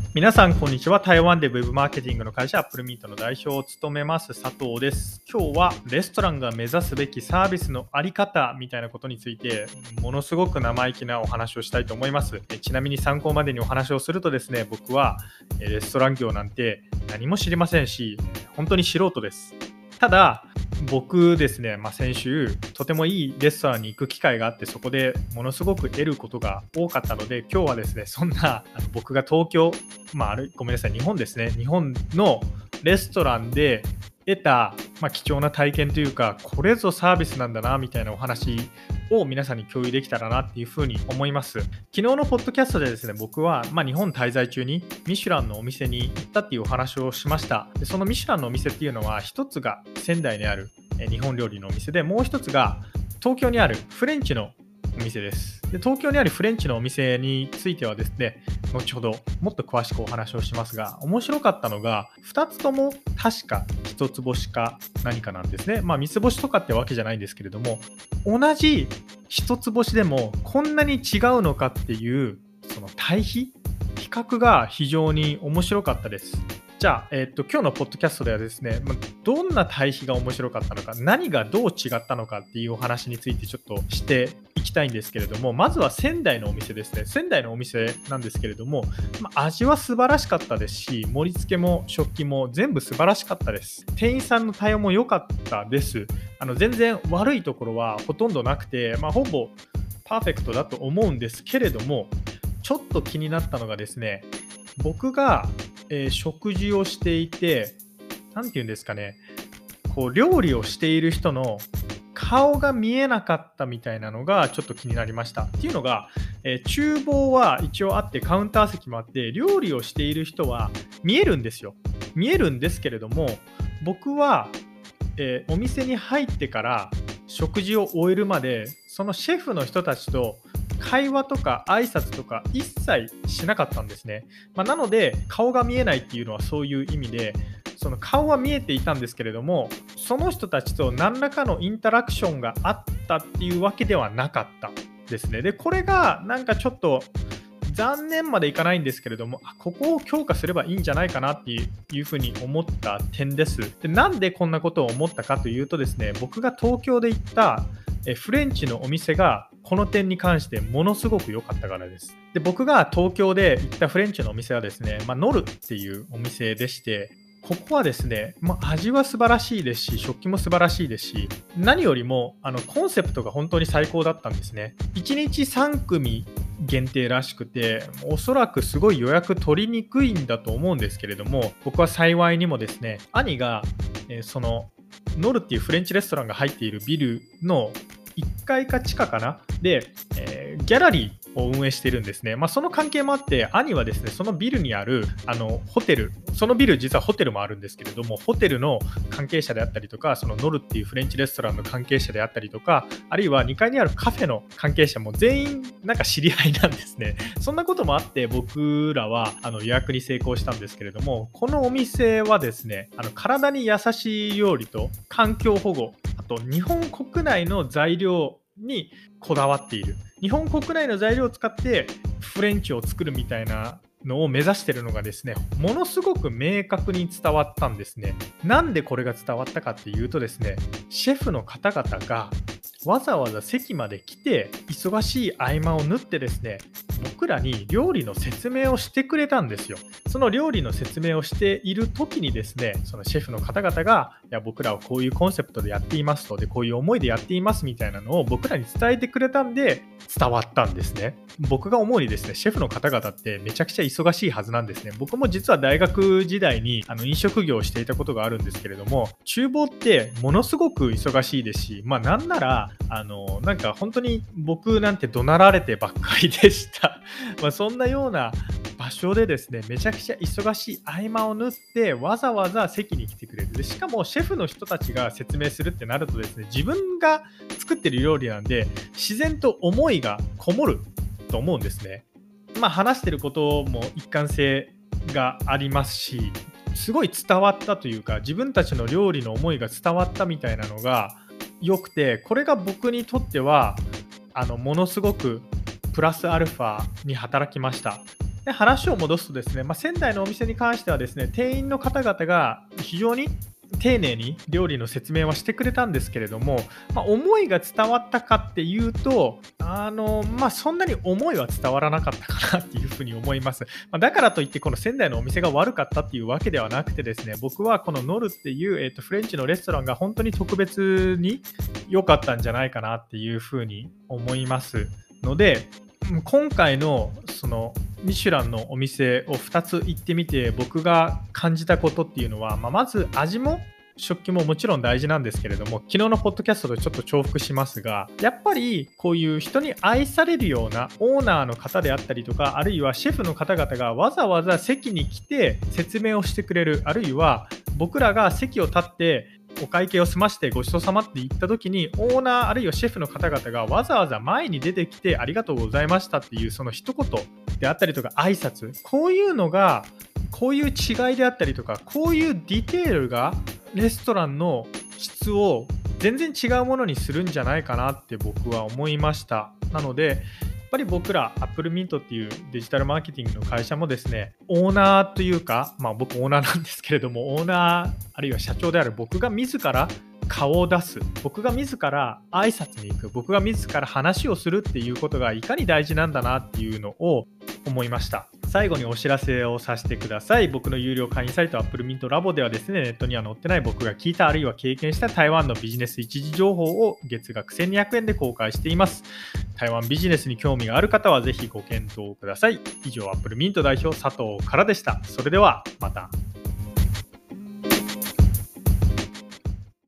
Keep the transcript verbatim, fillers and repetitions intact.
皆さんこんにちは。台湾でウェブマーケティングの会社アップルミートの代表を務めます佐藤です。今日はレストランが目指すべきサービスのあり方みたいなことについてものすごく生意気なお話をしたいと思います。ちなみに参考までにお話をするとですね、僕はレストラン業なんて何も知りませんし、本当に素人です。ただ僕ですね、まあ、先週とてもいいレストランに行く機会があって、そこでものすごく得ることが多かったので、今日はですねそんなあの僕が東京、まあ、あるごめんなさい日本ですね日本のレストランで得た、まあ、貴重な体験というか、これぞサービスなんだなみたいなお話を皆さんに共有できたらなっていうふうに思います。昨日のポッドキャストでですね、僕は、まあ、日本滞在中にミシュランのお店に行ったっていうお話をしました。でそのミシュランのお店っていうのは、一つが仙台にある日本料理のお店で、もう一つが東京にあるフレンチのお店です。で東京にあるフレンチのお店についてはですね、後ほどもっと詳しくお話をしますが、面白かったのがふたつとも確か一つ星か何かなんですね。まあ三つ星とかってわけじゃないんですけれども、同じ一つ星でもこんなに違うのかっていうその対比比較が非常に面白かったです。じゃあ、えっと、今日のポッドキャストではですね、まどんな対比が面白かったのか、何がどう違ったのかっていうお話についてちょっとしていきたいんですけれども、まずは仙台のお店ですね。仙台のお店なんですけれども、ま味は素晴らしかったですし、盛り付けも食器も全部素晴らしかったです。店員さんの対応も良かったです。あの全然悪いところはほとんどなくて、まあ、ほぼパーフェクトだと思うんですけれども、ちょっと気になったのがですね、僕がえー、食事をしていて、なんて言うんですかね、こう料理をしている人の顔が見えなかったみたいなのがちょっと気になりました。っていうのが、えー、厨房は一応あって、カウンター席もあって、料理をしている人は見えるんですよ。見えるんですけれども、僕は、えー、お店に入ってから食事を終えるまで、そのシェフの人たちと会話とか挨拶とか一切しなかったんですね。まあ、なので顔が見えないっていうのはそういう意味で、その顔は見えていたんですけれども、その人たちと何らかのインタラクションがあったっていうわけではなかったですね。でこれがなんかちょっと残念までいかないんですけれども、あここを強化すればいいんじゃないかなっていうふうに思った点です。でなんでこんなことを思ったかというとですね、僕が東京で行ったえフレンチのお店がこの点に関してものすごく良かったからです。で僕が東京で行ったフレンチのお店はですね、まあ、ノルっていうお店でして、ここはですね、まあ、味は素晴らしいですし、食器も素晴らしいですし、何よりもあのコンセプトが本当に最高だったんですね。いちにちさんくみ限定らしくて、おそらくすごい予約取りにくいんだと思うんですけれども、僕は幸いにもですね、兄が、えーそのノルっていうフレンチレストランが入っているビルのいっかいか地下かなで、えーギャラリーを運営しているんですね。まあ、その関係もあって、兄はですね、そのビルにあるあのホテル、そのビル実はホテルもあるんですけれども、ホテルの関係者であったりとか、そのノルっていうフレンチレストランの関係者であったりとか、あるいはにかいにあるカフェの関係者も全員なんか知り合いなんですね。そんなこともあって僕らはあの予約に成功したんですけれども、このお店はですね、あの体に優しい料理と環境保護、あと日本国内の材料にこだわっている、日本国内の材料を使ってフレンチを作るみたいなのを目指しているのがですね、ものすごく明確に伝わったんですね。なんでこれが伝わったかっていうとですね、シェフの方々がわざわざ席まで来て忙しい合間を縫ってですね、僕らに料理の説明をしてくれたんですよ。その料理の説明をしている時にですね、そのシェフの方々が、いや僕らはこういうコンセプトでやっていますと、でこういう思いでやっていますみたいなのを僕らに伝えてくれたんで伝わったんですね。僕が思うにですね、シェフの方々ってめちゃくちゃ忙しいはずなんですね。僕も実は大学時代にあの飲食業をしていたことがあるんですけれども、厨房ってものすごく忙しいですし、まあなんならあのなんか本当に僕なんて怒鳴られてばっかりでしたまあそんなような場所でですね、めちゃくちゃ忙しい合間を縫ってわざわざ席に来てくれる。でしかもシェフの人たちが説明するってなるとですね、自分が作ってる料理なんで自然と思いがこもると思うんですね。まあ話してることも一貫性がありますし、すごい伝わったというか、自分たちの料理の思いが伝わったみたいなのが良くて、これが僕にとってはあのものすごくプラスアルファに働きました。 で話を戻すとですね、まあ、仙台のお店に関してはですね、店員の方々が非常に丁寧に料理の説明はしてくれたんですけれども、まあ、思いが伝わったかっていうと、あのまあ、そんなに思いは伝わらなかったかなっていうふうに思います。まあ、だからといってこの仙台のお店が悪かったっていうわけではなくてですね、僕はこのノルっていう、えーと、フレンチのレストランが本当に特別に良かったんじゃないかなっていうふうに思いますので、今回のそのミシュランのお店をふたつ行ってみて僕が感じたことっていうのは、まあ、まず味も食器ももちろん大事なんですけれども、昨日のポッドキャストとちょっと重複しますが、やっぱりこういう人に愛されるようなオーナーの方であったりとか、あるいはシェフの方々がわざわざ席に来て説明をしてくれる、あるいは僕らが席を立ってお会計を済ましてごちそうさまって言った時に、オーナーあるいはシェフの方々がわざわざ前に出てきてありがとうございましたっていうその一言であったりとか挨拶、こういうのが、こういう違いであったりとか、こういうディテールがレストランの質を全然違うものにするんじゃないかなって僕は思いました。なのでやっぱり僕ら Apple Mint っていうデジタルマーケティングの会社もですね、オーナーというか、まあ僕オーナーなんですけれども、オーナーあるいは社長である僕が自ら顔を出す、僕が自ら挨拶に行く、僕が自ら話をするっていうことがいかに大事なんだなっていうのを思いました。最後にお知らせをさせてください。僕の有料会員サイト Apple Mint Labo ではですね、ネットには載ってない僕が聞いたあるいは経験した台湾のビジネス一時情報を月額せんにひゃくえんで公開しています。台湾ビジネスに興味がある方はぜひご検討ください。以上、Apple Mint代表佐藤からでした。それではまた。